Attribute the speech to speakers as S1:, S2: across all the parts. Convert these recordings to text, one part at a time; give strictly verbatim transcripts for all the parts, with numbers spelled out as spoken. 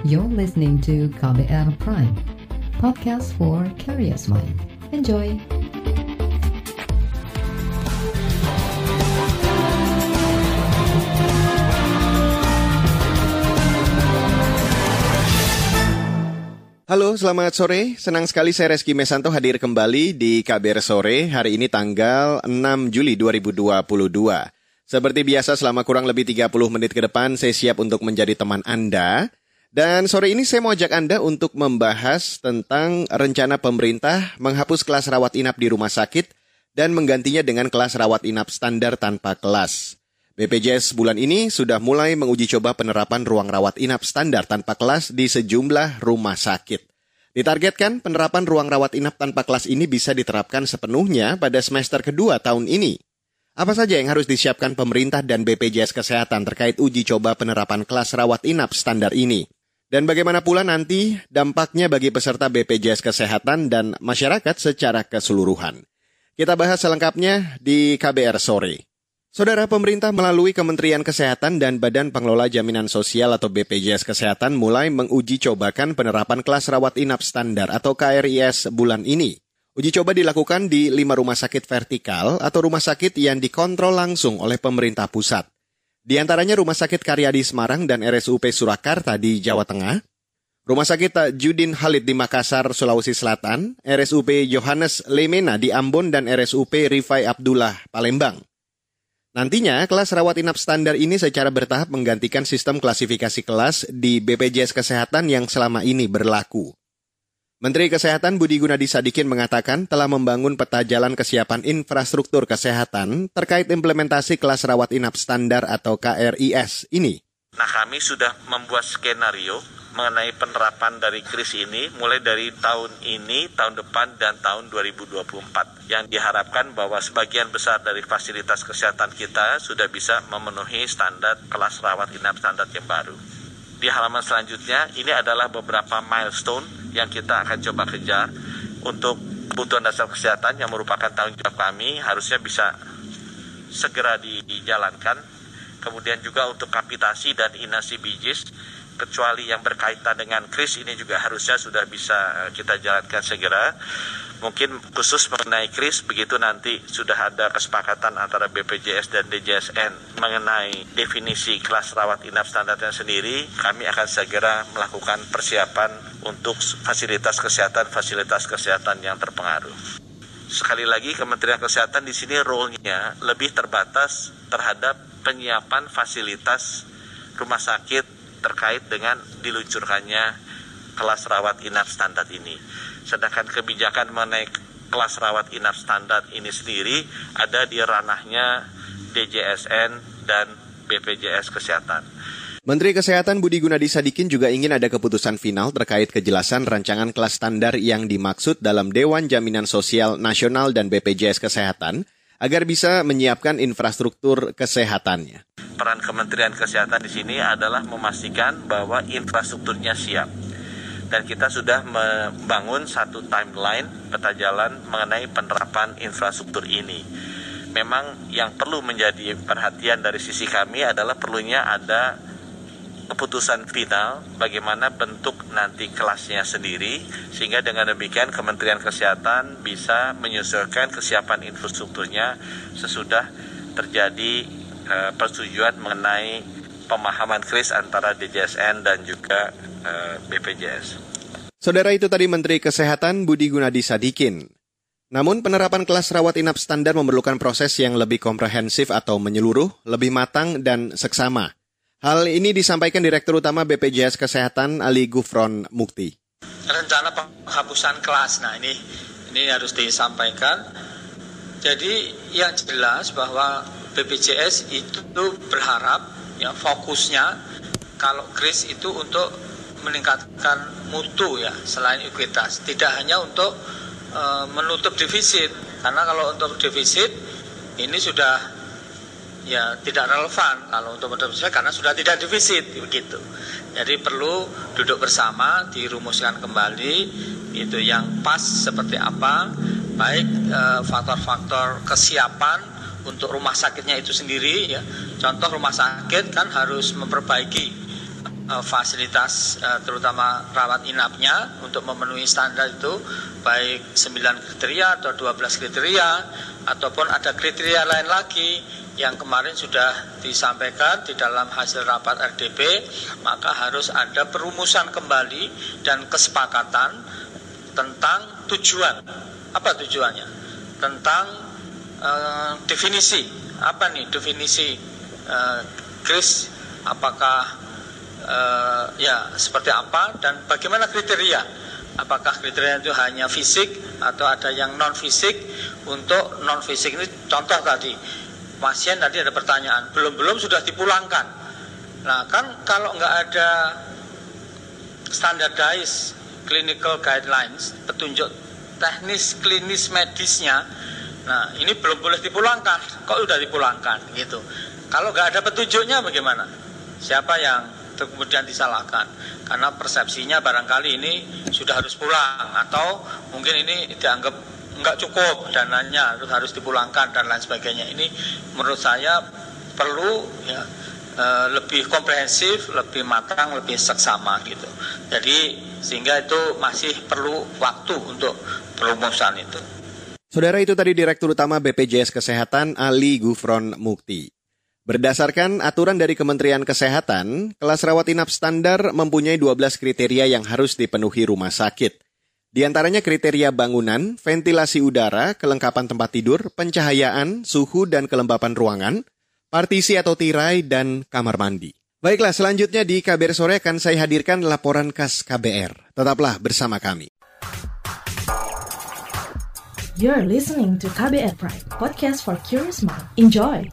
S1: You're listening to K B R Prime, podcast for curious mind. Enjoy!
S2: Halo, selamat sore. Senang sekali saya Reski Mesanto hadir kembali di K B R Sore. Hari ini tanggal enam Juli dua ribu dua puluh dua. Seperti biasa selama kurang lebih tiga puluh menit ke depan saya siap untuk menjadi teman Anda. Dan sore ini saya mau ajak Anda untuk membahas tentang rencana pemerintah menghapus kelas rawat inap di rumah sakit dan menggantinya dengan kelas rawat inap standar tanpa kelas. B P J S bulan ini sudah mulai menguji coba penerapan ruang rawat inap standar tanpa kelas di sejumlah rumah sakit. Ditargetkan penerapan ruang rawat inap tanpa kelas ini bisa diterapkan sepenuhnya pada semester kedua tahun ini. Apa saja yang harus disiapkan pemerintah dan B P J S Kesehatan terkait uji coba penerapan kelas rawat inap standar ini? Dan bagaimana pula nanti dampaknya bagi peserta B P J S Kesehatan dan masyarakat secara keseluruhan? Kita bahas selengkapnya di K B R Sore. Saudara, pemerintah melalui Kementerian Kesehatan dan Badan Pengelola Jaminan Sosial atau B P J S Kesehatan mulai menguji cobakan penerapan kelas rawat inap standar atau K R I S bulan ini. Uji coba dilakukan di lima rumah sakit vertikal atau rumah sakit yang dikontrol langsung oleh pemerintah pusat. Di antaranya Rumah Sakit Karyadi Semarang dan R S U P Surakarta di Jawa Tengah, Rumah Sakit Judin Khalid di Makassar, Sulawesi Selatan, R S U P Johannes Lemena di Ambon, dan R S U P Rifai Abdullah, Palembang. Nantinya, kelas rawat inap standar ini secara bertahap menggantikan sistem klasifikasi kelas di B P J S Kesehatan yang selama ini berlaku. Menteri Kesehatan Budi Gunadi Sadikin mengatakan telah membangun peta jalan kesiapan infrastruktur kesehatan terkait implementasi kelas rawat inap standar atau K R I S ini.
S3: Nah, kami sudah membuat skenario mengenai penerapan dari kris ini mulai dari tahun ini, tahun depan, dan tahun dua ribu dua puluh empat. Yang diharapkan bahwa sebagian besar dari fasilitas kesehatan kita sudah bisa memenuhi standar kelas rawat inap standar yang baru. Di halaman selanjutnya, ini adalah beberapa milestone yang kita akan coba kejar untuk kebutuhan dasar kesehatan yang merupakan tanggung jawab kami, harusnya bisa segera dijalankan. Kemudian juga untuk kapitasi dan inasi bijis, kecuali yang berkaitan dengan kris ini juga harusnya sudah bisa kita jalankan segera. Mungkin khusus mengenai kris, begitu nanti sudah ada kesepakatan antara B P J S dan D J S N mengenai definisi kelas rawat inap standarnya sendiri, kami akan segera melakukan persiapan untuk fasilitas kesehatan-fasilitas kesehatan yang terpengaruh. Sekali lagi, Kementerian Kesehatan di sini role-nya lebih terbatas terhadap penyiapan fasilitas rumah sakit terkait dengan diluncurkannya kelas rawat inap standar ini. Sedangkan kebijakan mengenai kelas rawat inap standar ini sendiri ada di ranahnya D J S N dan B P J S Kesehatan.
S2: Menteri Kesehatan Budi Gunadi Sadikin juga ingin ada keputusan final terkait kejelasan rancangan kelas standar yang dimaksud dalam Dewan Jaminan Sosial Nasional dan B P J S Kesehatan agar bisa menyiapkan infrastruktur kesehatannya.
S3: Peran Kementerian Kesehatan di sini adalah memastikan bahwa infrastrukturnya siap. Dan kita sudah membangun satu timeline peta jalan mengenai penerapan infrastruktur ini. Memang yang perlu menjadi perhatian dari sisi kami adalah perlunya ada keputusan final bagaimana bentuk nanti kelasnya sendiri, sehingga dengan demikian Kementerian Kesehatan bisa menyesuaikan kesiapan infrastrukturnya sesudah terjadi eh, persetujuan mengenai pemahaman kris antara D J S N dan juga eh, B P J S.
S2: Saudara, itu tadi Menteri Kesehatan Budi Gunadi Sadikin. Namun penerapan kelas rawat inap standar memerlukan proses yang lebih komprehensif atau menyeluruh, lebih matang dan seksama. Hal ini disampaikan Direktur Utama B P J S Kesehatan Ali Gufron Mukti.
S4: Rencana penghapusan kelas, nah ini ini harus disampaikan. Jadi yang jelas bahwa B P J S itu berharap ya fokusnya kalau kris itu untuk meningkatkan mutu ya selain ekuitas, tidak hanya untuk e, menutup defisit, karena kalau untuk defisit ini sudah ya tidak relevan kalau untuk menutup defisit karena sudah tidak defisit begitu. Jadi perlu duduk bersama dirumuskan kembali itu yang pas seperti apa, baik e, faktor-faktor kesiapan untuk rumah sakitnya itu sendiri ya. Contoh rumah sakit kan harus memperbaiki fasilitas terutama rawat inapnya untuk memenuhi standar itu, baik sembilan kriteria atau dua belas kriteria ataupun ada kriteria lain lagi yang kemarin sudah disampaikan di dalam hasil rapat R D P, maka harus ada perumusan kembali dan kesepakatan tentang tujuan. Apa tujuannya? Tentang uh, definisi. Apa nih definisi uh, kris? Apakah uh, ya seperti apa dan bagaimana kriteria? Apakah kriteria itu hanya fisik atau ada yang non fisik? Untuk non fisik ini contoh tadi. Pasien tadi ada pertanyaan, belum-belum sudah dipulangkan. Nah kan kalau nggak ada standardized clinical guidelines, petunjuk teknis klinis medisnya, nah ini belum boleh dipulangkan. Kok udah dipulangkan gitu? Kalau nggak ada petunjuknya bagaimana? Siapa yang kemudian disalahkan? Karena persepsinya barangkali ini sudah harus pulang, atau mungkin ini dianggap nggak cukup dananya, harus harus dipulangkan dan lain sebagainya. Ini menurut saya perlu ya e, lebih komprehensif, lebih matang, lebih seksama gitu. Jadi sehingga itu masih perlu waktu untuk perumusan itu.
S2: Saudara, itu tadi Direktur Utama B P J S Kesehatan Ali Gufron Mukti. Berdasarkan aturan dari Kementerian Kesehatan, kelas rawat inap standar mempunyai dua belas kriteria yang harus dipenuhi rumah sakit. Di antaranya kriteria bangunan, ventilasi udara, kelengkapan tempat tidur, pencahayaan, suhu dan kelembapan ruangan, partisi atau tirai, dan kamar mandi. Baiklah, selanjutnya di K B R Sore akan saya hadirkan laporan khas K B R. Tetaplah bersama kami.
S5: You're listening to K B R Pride, podcast for curious mind. Enjoy!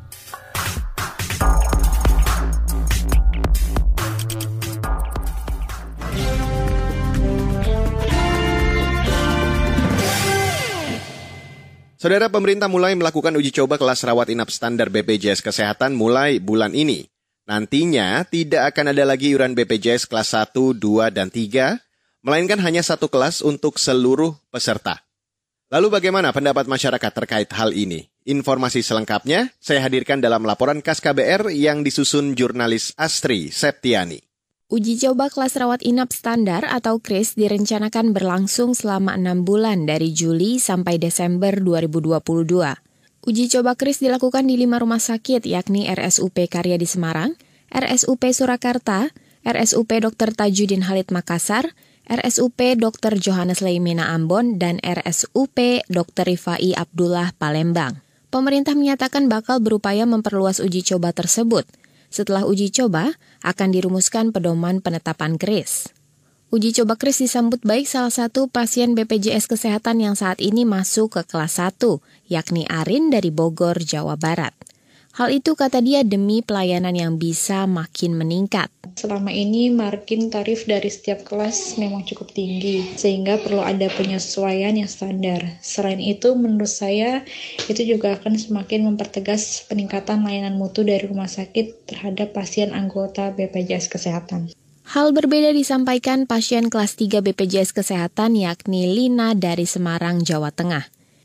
S2: Saudara, pemerintah mulai melakukan uji coba kelas rawat inap standar B P J S Kesehatan mulai bulan ini. Nantinya tidak akan ada lagi iuran B P J S kelas satu, dua, dan tiga, melainkan hanya satu kelas untuk seluruh peserta. Lalu bagaimana pendapat masyarakat terkait hal ini? Informasi selengkapnya saya hadirkan dalam laporan khas K B R yang disusun jurnalis Astri Septiani.
S6: Uji coba kelas rawat inap standar atau kris direncanakan berlangsung selama enam bulan dari Juli sampai Desember dua ribu dua puluh dua. Uji coba kris dilakukan di lima rumah sakit, yakni R S U P Karya di Semarang, R S U P Surakarta, R S U P Dokter Tajudin Halid Makassar, R S U P Dokter Johannes Leimena Ambon, dan R S U P Dokter Rifai Abdullah Palembang. Pemerintah menyatakan bakal berupaya memperluas uji coba tersebut. Setelah uji coba, akan dirumuskan pedoman penetapan kris. Uji coba kris disambut baik salah satu pasien B P J S Kesehatan yang saat ini masuk ke kelas satu, yakni Arin dari Bogor, Jawa Barat. Hal itu kata dia demi pelayanan yang bisa makin meningkat.
S7: Selama ini margin tarif dari setiap kelas memang cukup tinggi, sehingga perlu ada penyesuaian yang standar. Selain itu, menurut saya, itu juga akan semakin mempertegas peningkatan layanan mutu dari rumah sakit terhadap pasien anggota B P J S Kesehatan.
S6: Hal berbeda disampaikan pasien kelas tiga B P J S Kesehatan, yakni Lina dari Semarang, Jawa Tengah.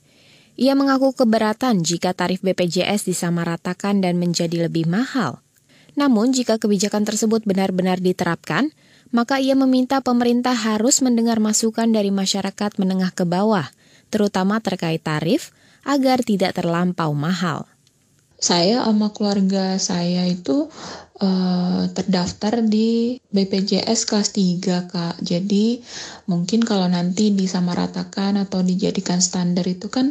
S6: Ia mengaku keberatan jika tarif B P J S disamaratakan dan menjadi lebih mahal. Namun, jika kebijakan tersebut benar-benar diterapkan, maka ia meminta pemerintah harus mendengar masukan dari masyarakat menengah ke bawah, terutama terkait tarif, agar tidak terlampau mahal.
S8: Saya sama keluarga saya itu uh, terdaftar di B P J S kelas tiga, Kak. Jadi mungkin kalau nanti disamaratakan atau dijadikan standar itu kan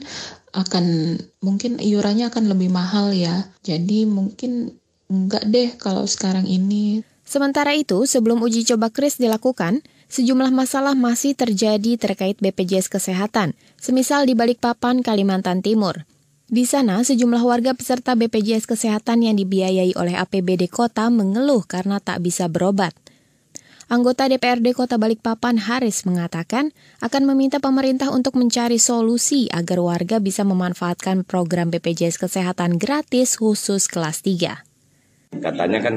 S8: akan mungkin iurannya akan lebih mahal ya. Jadi mungkin enggak deh kalau sekarang ini.
S6: Sementara itu, sebelum uji coba kris dilakukan, sejumlah masalah masih terjadi terkait B P J S Kesehatan, semisal di Balikpapan, Kalimantan Timur. Di sana, sejumlah warga peserta B P J S Kesehatan yang dibiayai oleh A P B D Kota mengeluh karena tak bisa berobat. Anggota D P R D Kota Balikpapan, Haris, mengatakan akan meminta pemerintah untuk mencari solusi agar warga bisa memanfaatkan program B P J S Kesehatan gratis khusus kelas tiga.
S9: Katanya kan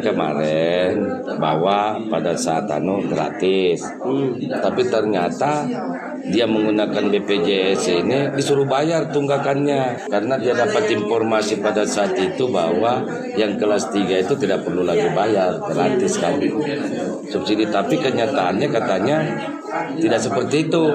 S9: kemarin bahwa pada saat anu gratis, hmm. tapi ternyata dia menggunakan B P J S ini disuruh bayar tunggakannya, karena dia dapat informasi pada saat itu bahwa yang kelas tiga itu tidak perlu lagi bayar, gratis sekali subsidi. Tapi kenyataannya katanya tidak seperti itu.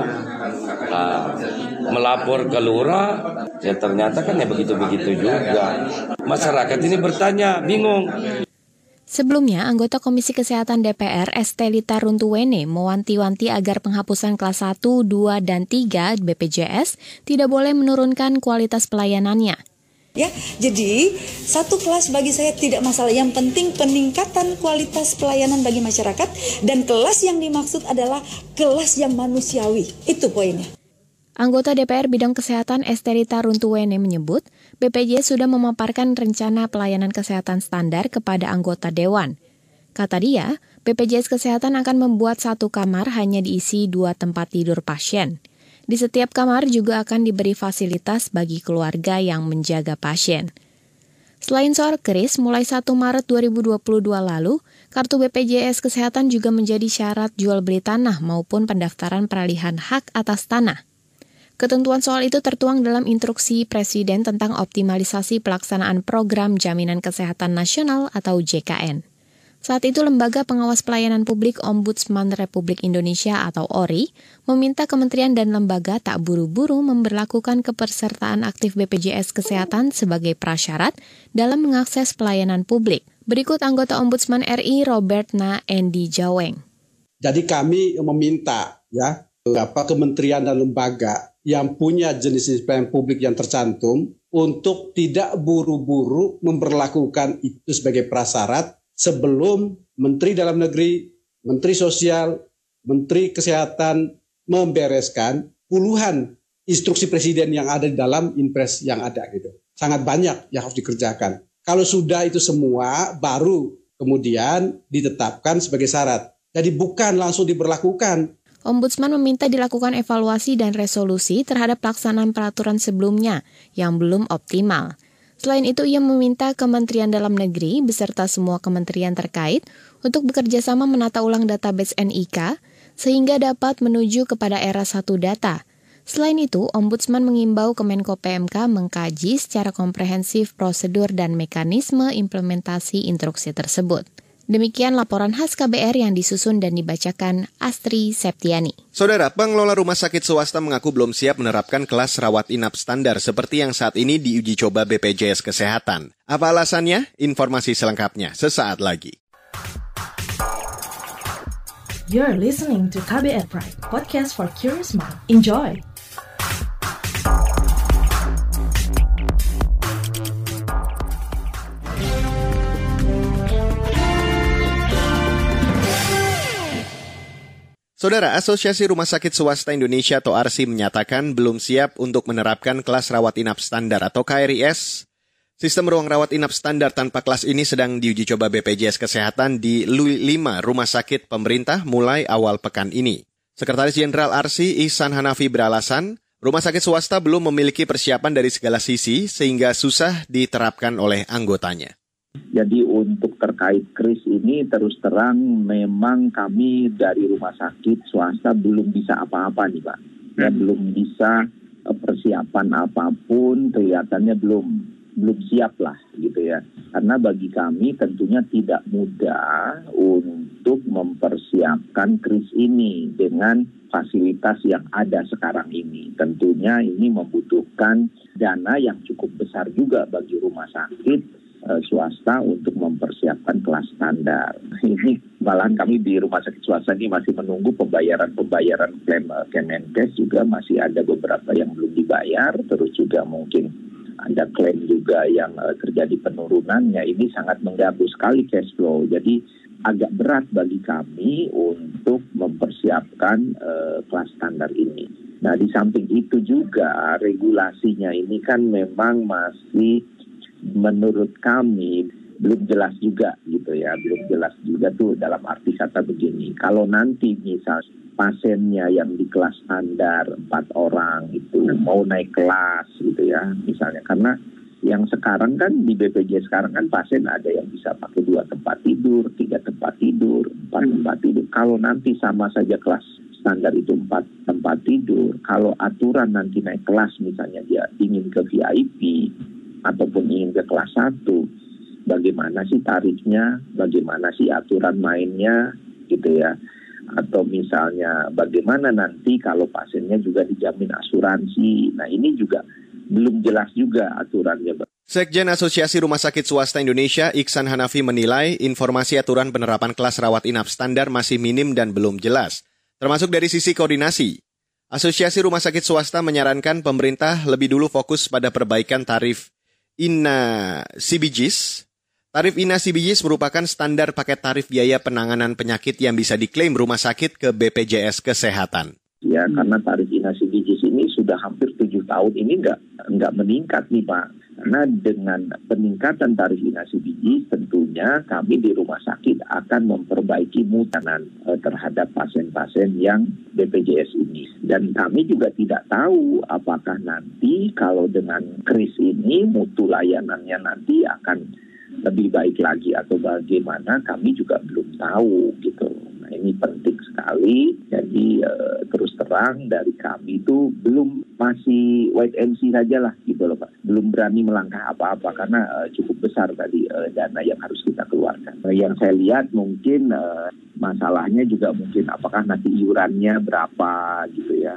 S9: Nah, melapor ke lurah, ya ternyata kan ya begitu-begitu juga. Masyarakat ini bertanya, bingung.
S6: Sebelumnya, anggota Komisi Kesehatan D P R Estelita Runtuwene mewanti-wanti agar penghapusan kelas satu, dua, dan tiga B P J S tidak boleh menurunkan kualitas pelayanannya.
S10: Ya, jadi satu kelas bagi saya tidak masalah. Yang penting peningkatan kualitas pelayanan bagi masyarakat, dan kelas yang dimaksud adalah kelas yang manusiawi. Itu poinnya.
S6: Anggota D P R Bidang Kesehatan Estelita Runtuwene menyebut B P J S sudah memaparkan rencana pelayanan kesehatan standar kepada anggota Dewan. Kata dia, B P J S Kesehatan akan membuat satu kamar hanya diisi dua tempat tidur pasien. Di setiap kamar juga akan diberi fasilitas bagi keluarga yang menjaga pasien. Selain soal kris, mulai satu Maret dua ribu dua puluh dua lalu, kartu B P J S Kesehatan juga menjadi syarat jual beli tanah maupun pendaftaran peralihan hak atas tanah. Ketentuan soal itu tertuang dalam instruksi Presiden tentang optimalisasi pelaksanaan Program Jaminan Kesehatan Nasional atau J K N. Saat itu Lembaga Pengawas Pelayanan Publik Ombudsman Republik Indonesia atau O R I meminta kementerian dan lembaga tak buru-buru memberlakukan kepesertaan aktif B P J S Kesehatan sebagai prasyarat dalam mengakses pelayanan publik. Berikut anggota Ombudsman R I Robert Na Endi Jaweng.
S11: Jadi kami meminta ya beberapa kementerian dan lembaga yang punya jenis pelayanan publik yang tercantum untuk tidak buru-buru memberlakukan itu sebagai prasyarat sebelum Menteri Dalam Negeri, Menteri Sosial, Menteri Kesehatan membereskan puluhan instruksi Presiden yang ada di dalam impres yang ada gitu. Sangat banyak yang harus dikerjakan. Kalau sudah itu semua, baru kemudian ditetapkan sebagai syarat. Jadi bukan langsung diberlakukan.
S6: Ombudsman meminta dilakukan evaluasi dan resolusi terhadap pelaksanaan peraturan sebelumnya yang belum optimal. Selain itu, ia meminta Kementerian Dalam Negeri beserta semua kementerian terkait untuk bekerjasama menata ulang database N I K sehingga dapat menuju kepada era satu data. Selain itu, Ombudsman mengimbau Kemenko P M K mengkaji secara komprehensif prosedur dan mekanisme implementasi instruksi tersebut. Demikian laporan khas K B R yang disusun dan dibacakan Astri Septiani.
S2: Saudara, pengelola rumah sakit swasta mengaku belum siap menerapkan kelas rawat inap standar seperti yang saat ini diuji coba B P J S Kesehatan. Apa alasannya? Informasi selengkapnya sesaat lagi.
S5: You're listening to K B R Pride, podcast for curious mind. Enjoy!
S2: Saudara, Asosiasi Rumah Sakit Swasta Indonesia atau A R S I menyatakan belum siap untuk menerapkan kelas rawat inap standar atau K R I S. Sistem ruang rawat inap standar tanpa kelas ini sedang diuji coba B P J S Kesehatan di lima rumah sakit pemerintah mulai awal pekan ini. Sekretaris Jenderal A R S I Ihsan Hanafi beralasan, rumah sakit swasta belum memiliki persiapan dari segala sisi sehingga susah diterapkan oleh anggotanya.
S12: Jadi untuk terkait kris ini terus terang memang kami dari rumah sakit swasta belum bisa apa-apa nih Pak. Ya, hmm. belum bisa persiapan apapun, kelihatannya belum belum siap lah gitu ya. Karena bagi kami tentunya tidak mudah untuk mempersiapkan kris ini dengan fasilitas yang ada sekarang ini. Tentunya ini membutuhkan dana yang cukup besar juga bagi rumah sakit swasta untuk mempersiapkan kelas standar. Ini malahan kami di rumah sakit swasta ini masih menunggu pembayaran-pembayaran klaim Kemenkes, juga masih ada beberapa yang belum dibayar, terus juga mungkin ada klaim juga yang uh, terjadi penurunannya. Ini sangat mengganggu sekali cash flow. Jadi agak berat bagi kami untuk mempersiapkan uh, kelas standar ini. Nah, di samping itu juga regulasinya ini kan memang masih menurut kami belum jelas juga gitu ya, belum jelas juga tuh dalam arti kata begini, kalau nanti misal pasiennya yang di kelas standar empat orang itu mau naik kelas gitu ya misalnya, karena yang sekarang kan di B P J sekarang kan pasien ada yang bisa pakai dua tempat tidur, tiga tempat tidur, empat tempat tidur. Kalau nanti sama saja kelas standar itu empat tempat tidur, kalau aturan nanti naik kelas misalnya dia ingin ke V I P ataupun ingin ke kelas satu, bagaimana sih tarifnya, bagaimana sih aturan mainnya gitu ya. Atau misalnya bagaimana nanti kalau pasiennya juga dijamin asuransi. Nah ini juga belum jelas juga aturannya.
S2: Sekjen Asosiasi Rumah Sakit Swasta Indonesia, Iksan Hanafi menilai informasi aturan penerapan kelas rawat inap standar masih minim dan belum jelas, termasuk dari sisi koordinasi. Asosiasi Rumah Sakit Swasta menyarankan pemerintah lebih dulu fokus pada perbaikan tarif I N A C B G S. Tarif I N A C B G S merupakan standar paket tarif biaya penanganan penyakit yang bisa diklaim rumah sakit ke B P J S Kesehatan.
S12: Ya, karena tarif I N A C B G S ini sudah hampir tujuh tahun ini nggak nggak meningkat nih Pak. Karena dengan peningkatan tarif I N A C B G S tentunya kami di rumah sakit akan memperbaiki mutanan eh, terhadap pasien-pasien yang B P J S ini. Dan kami juga tidak tahu apakah nanti kalau dengan kris ini mutu layanannya nanti akan lebih baik lagi atau bagaimana, kami juga belum tahu gitu. Nah ini penting sekali. Jadi uh, terus terang dari kami itu belum, masih wait and see saja lah gitu loh Pak. Belum berani melangkah apa-apa karena uh, cukup besar tadi uh, dana yang harus kita keluarkan. Nah, yang saya lihat mungkin uh, masalahnya juga mungkin apakah nanti iurannya berapa gitu ya.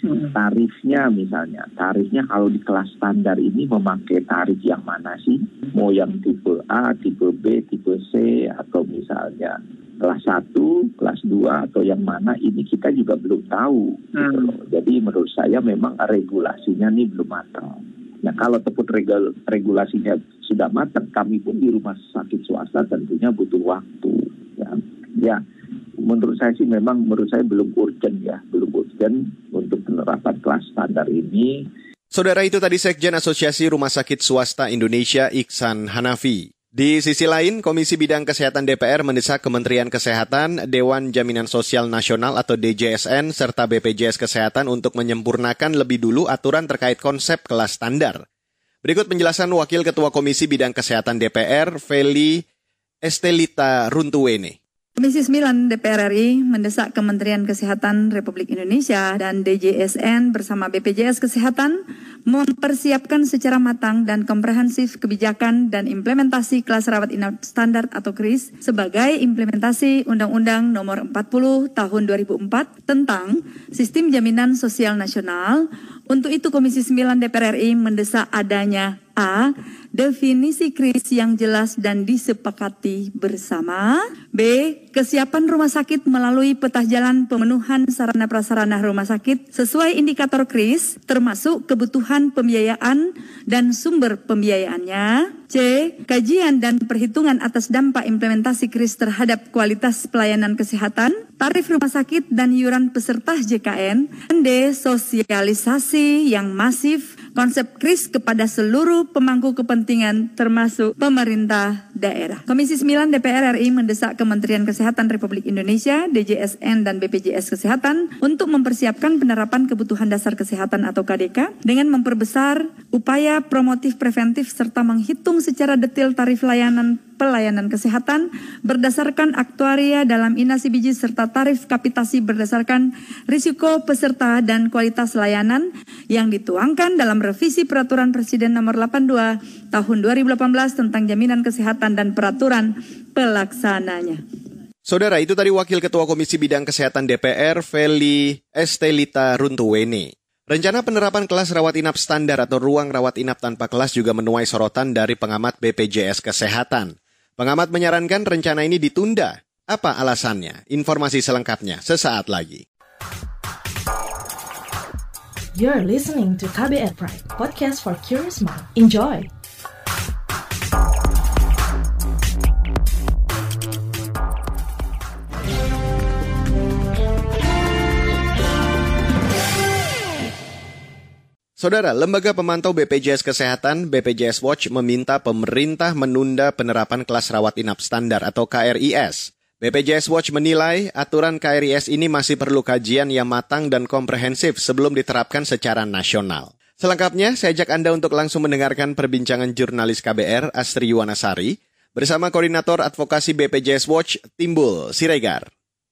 S12: Tarifnya misalnya, tarifnya kalau di kelas standar ini memakai tarif yang mana sih? Mau yang tipe A, tipe B, tipe C, atau misalnya kelas satu, kelas dua, atau yang mana, ini kita juga belum tahu. Gitu loh. Jadi menurut saya memang regulasinya nih belum matang. Nah kalau tepat regul- regulasinya sudah matang, kami pun di rumah sakit swasta tentunya butuh waktu. Ya, ya. Menurut saya sih memang menurut saya belum urgent ya, belum urgent untuk penerapan kelas standar ini.
S2: Saudara, itu tadi Sekjen Asosiasi Rumah Sakit Swasta Indonesia Iksan Hanafi. Di sisi lain, Komisi Bidang Kesehatan D P R mendesak Kementerian Kesehatan, Dewan Jaminan Sosial Nasional atau D J S N, serta B P J S Kesehatan untuk menyempurnakan lebih dulu aturan terkait konsep kelas standar. Berikut penjelasan Wakil Ketua Komisi Bidang Kesehatan D P R, Feli Estelita Runtuwene.
S13: Komisi sembilan D P R R I mendesak Kementerian Kesehatan Republik Indonesia dan D J S N bersama B P J S Kesehatan mempersiapkan secara matang dan komprehensif kebijakan dan implementasi kelas rawat inap standar atau kris sebagai implementasi Undang-Undang Nomor empat puluh Tahun dua ribu empat tentang Sistem Jaminan Sosial Nasional. Untuk itu Komisi sembilan D P R R I mendesak adanya A. Definisi kris yang jelas dan disepakati bersama. B. Kesiapan rumah sakit melalui peta jalan pemenuhan sarana prasarana rumah sakit sesuai indikator kris, termasuk kebutuhan pembiayaan dan sumber pembiayaannya. C. Kajian dan perhitungan atas dampak implementasi kris terhadap kualitas pelayanan kesehatan, tarif rumah sakit dan iuran peserta J K N. Dan D. Sosialisasi yang masif konsep kris kepada seluruh pemangku kepentingan termasuk pemerintah daerah. Komisi sembilan D P R R I mendesak Kementerian Kesehatan Republik Indonesia, D J S N dan B P J S Kesehatan untuk mempersiapkan penerapan kebutuhan dasar kesehatan atau K D K dengan memperbesar upaya promotif preventif serta menghitung secara detail tarif layanan pelayanan kesehatan berdasarkan aktuaria dalam I N A C B G serta tarif kapitasi berdasarkan risiko peserta dan kualitas layanan yang dituangkan dalam revisi Peraturan Presiden Nomor delapan puluh dua Tahun dua ribu delapan belas tentang jaminan kesehatan dan peraturan pelaksananya.
S2: Saudara, itu tadi Wakil Ketua Komisi Bidang Kesehatan D P R, Feli Estelita Runtuwene. Rencana penerapan kelas rawat inap standar atau ruang rawat inap tanpa kelas juga menuai sorotan dari pengamat B P J S Kesehatan. Pengamat menyarankan rencana ini ditunda. Apa alasannya? Informasi selengkapnya sesaat lagi.
S5: You're listening to K B R Pride, podcast for curious mind. Enjoy!
S2: Saudara, Lembaga Pemantau B P J S Kesehatan, B P J S Watch, meminta pemerintah menunda penerapan kelas rawat inap standar atau K R I S. B P J S Watch menilai aturan K R I S ini masih perlu kajian yang matang dan komprehensif sebelum diterapkan secara nasional. Selengkapnya, saya ajak Anda untuk langsung mendengarkan perbincangan jurnalis K B R, Astri Yuwanasari, bersama Koordinator Advokasi B P J S Watch, Timbul Siregar.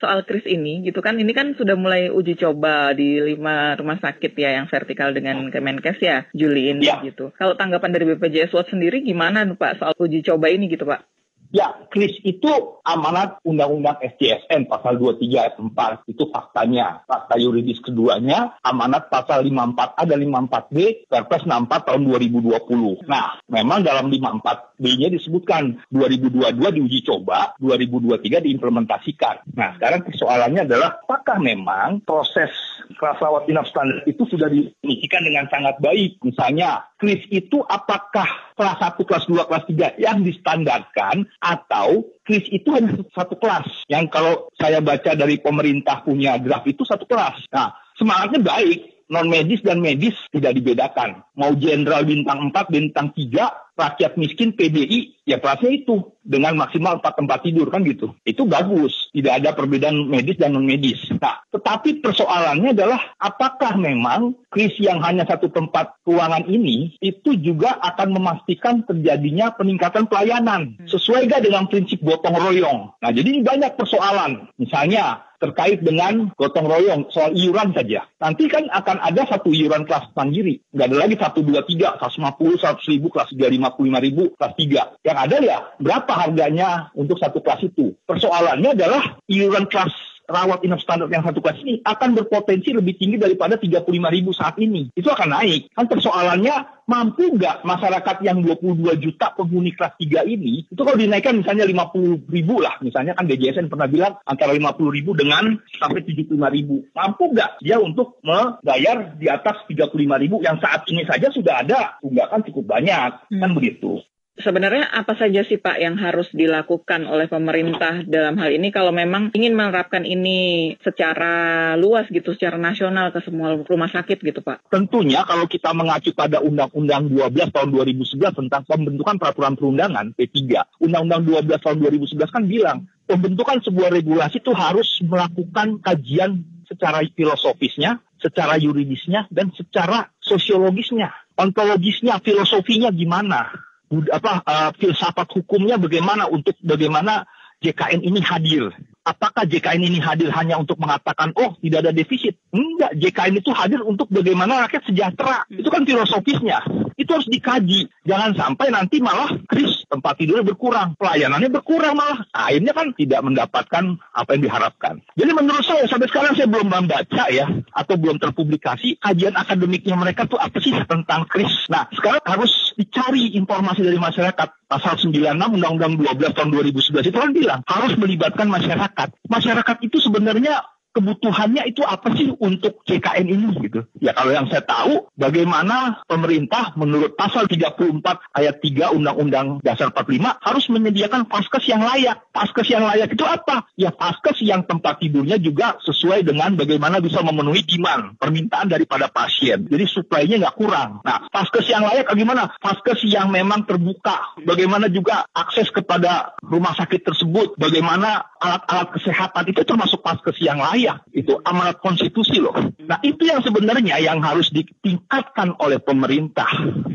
S14: soal kris ini gitu kan, ini kan sudah mulai uji coba di lima rumah sakit ya yang vertikal dengan Kemenkes ya Juli ini ya. Gitu. Kalau tanggapan dari B P J S Watch sendiri gimana Pak soal uji coba ini gitu Pak?
S15: Ya, kris itu amanat Undang-Undang S J S N pasal dua puluh tiga ayat empat, itu faktanya. Fakta yuridis keduanya, amanat pasal lima puluh empat A dan lima puluh empat B Perpres enam puluh empat tahun dua ribu dua puluh. Nah, memang dalam lima puluh empat B-nya disebutkan dua ribu dua puluh dua diuji coba, dua ribu dua puluh tiga diimplementasikan. Nah, sekarang persoalannya adalah apakah memang proses kelas rawat inap standar itu sudah diinisikan dengan sangat baik. Misalnya, kris itu apakah kelas satu, kelas dua, kelas tiga yang distandarkan atau kris itu hanya satu kelas yang kalau saya baca dari pemerintah punya draft itu satu kelas. Nah, semangatnya baik, non medis dan medis tidak dibedakan. Mau jenderal bintang empat, bintang tiga, rakyat miskin P D I ya kelasnya itu dengan maksimal empat tempat tidur kan gitu. Itu bagus, tidak ada perbedaan medis dan non medis. Nah, tetapi persoalannya adalah apakah memang kris yang hanya satu tempat ruangan ini itu juga akan memastikan terjadinya peningkatan pelayanan sesuai gak dengan prinsip gotong royong. Nah, jadi ini banyak persoalan. Misalnya terkait dengan gotong royong soal iuran saja. Nanti kan akan ada satu iuran kelas mandiri. Nggak ada lagi satu, dua, tiga, seratus lima puluh, seratus ribu, kelas tiga ratus lima puluh lima ribu, kelas tiga. Yang ada ya berapa harganya untuk satu kelas itu. Persoalannya adalah iuran kelas rawat inap standar yang satu kelas ini akan berpotensi lebih tinggi daripada tiga puluh lima ribu saat ini. Itu akan naik. Kan persoalannya mampu nggak masyarakat yang dua puluh dua juta penghuni kelas tiga ini, itu kalau dinaikkan misalnya lima puluh ribu lah, misalnya kan D J S N pernah bilang antara lima puluh ribu dengan sampai tujuh puluh lima ribu. Mampu nggak dia untuk membayar di atas tiga puluh lima ribu yang saat ini saja sudah ada tunggakan cukup banyak, hmm. kan begitu.
S14: Sebenarnya apa saja sih Pak yang harus dilakukan oleh pemerintah dalam hal ini kalau memang ingin menerapkan ini secara luas gitu, secara nasional ke semua rumah sakit gitu Pak?
S15: Tentunya kalau kita mengacu pada Undang-Undang dua belas tahun dua ribu sebelas tentang pembentukan peraturan perundangan P tiga, Undang-Undang dua belas tahun dua ribu sebelas kan bilang pembentukan sebuah regulasi itu harus melakukan kajian secara filosofisnya, secara yuridisnya, dan secara sosiologisnya, ontologisnya, filosofinya gimana. Apa uh, filsafat hukumnya bagaimana untuk bagaimana J K N ini hadir. Apakah J K N ini hadir hanya untuk mengatakan oh tidak ada defisit? Enggak, J K N itu hadir untuk bagaimana rakyat sejahtera. Itu kan filosofisnya. Itu harus dikaji. Jangan sampai nanti malah kris, tempat tidurnya berkurang, pelayanannya berkurang malah. Akhirnya kan tidak mendapatkan apa yang diharapkan. Jadi menurut saya sampai sekarang saya belum membaca ya atau belum terpublikasi kajian akademiknya mereka tuh apa sih tentang kris. Nah, sekarang harus dicari informasi dari masyarakat. Pasal sembilan puluh enam Undang-Undang dua belas tahun dua ribu sebelas itu kan bilang harus melibatkan masyarakat. Masyarakat itu sebenarnya kebutuhannya itu apa sih untuk J K N ini gitu. Ya kalau yang saya tahu bagaimana pemerintah menurut pasal tiga puluh empat ayat tiga Undang-Undang Dasar empat puluh lima harus menyediakan paskes yang layak. Paskes yang layak itu apa? Ya paskes yang tempat tidurnya juga sesuai dengan bagaimana bisa memenuhi demand, permintaan daripada pasien. Jadi suplainya nggak kurang. Nah, paskes yang layak bagaimana? Paskes yang memang terbuka. Bagaimana juga akses kepada rumah sakit tersebut. Bagaimana alat-alat kesehatan itu termasuk paskes yang layak. Itu amanat konstitusi loh. Nah itu yang sebenarnya yang harus ditingkatkan oleh pemerintah.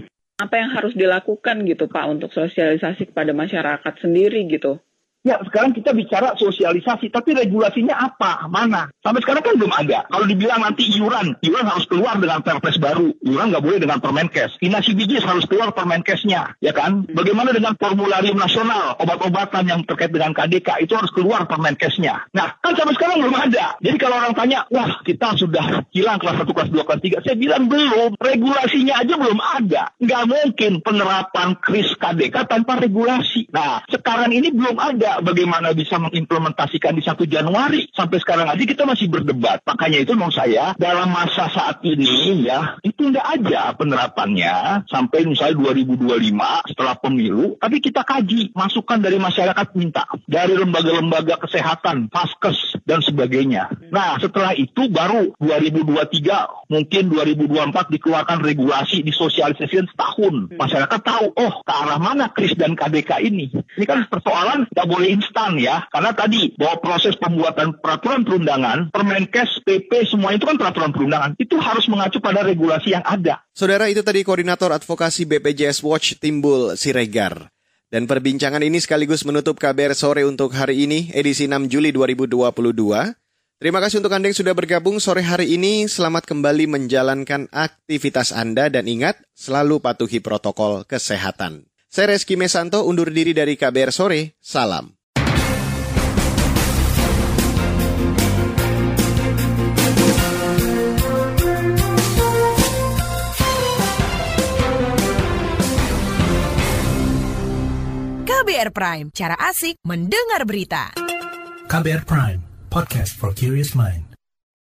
S14: Apa yang harus dilakukan gitu Pak untuk sosialisasi kepada masyarakat sendiri gitu?
S15: Ya sekarang kita bicara sosialisasi, tapi regulasinya apa? Mana? Sampai sekarang kan belum ada. Kalau dibilang nanti iuran, iuran harus keluar dengan Perpres baru. Iuran nggak boleh dengan Permenkes. Inasi bijis harus keluar Permenkesnya, ya kan? Bagaimana dengan formularium nasional, obat-obatan yang terkait dengan K D K, itu harus keluar Permenkesnya. Nah, kan sampai sekarang belum ada. Jadi kalau orang tanya, wah kita sudah hilang kelas satu, kelas dua, kelas tiga. Saya bilang belum. Regulasinya aja belum ada. Nggak mungkin penerapan kris K D K tanpa regulasi. Nah, sekarang ini belum ada. Bagaimana bisa mengimplementasikan di satu Januari. Sampai sekarang aja kita masih berdebat. Makanya itu menurut saya, dalam masa saat ini ya, itu nggak aja penerapannya. Sampai misalnya dua ribu dua puluh lima setelah pemilu. Tapi kita kaji, masukan dari masyarakat minta. Dari lembaga-lembaga kesehatan, Paskes, dan sebagainya. Nah, setelah itu baru dua ribu dua puluh tiga, mungkin dua ribu dua puluh empat dikeluarkan regulasi, disosialisasikan setahun. Masyarakat tahu, oh ke arah mana kris dan K D K ini. Ini kan persoalan nggak boleh instan ya, karena tadi bahwa proses pembuatan peraturan perundangan, Permenkes, P P, semua itu kan peraturan perundangan, itu harus mengacu pada regulasi yang ada.
S2: Saudara, itu tadi Koordinator Advokasi B P J S Watch Timbul Siregar. Dan perbincangan ini sekaligus menutup K B R Sore untuk hari ini, edisi enam Juli dua ribu dua puluh dua. Terima kasih untuk Anda yang sudah bergabung sore hari ini. Selamat kembali menjalankan aktivitas Anda dan ingat, selalu patuhi protokol kesehatan. Saya Reski Mesanto undur diri dari K B R Sore. Salam.
S16: K B R Prime, cara asik mendengar berita.
S17: K B R Prime, podcast for curious mind.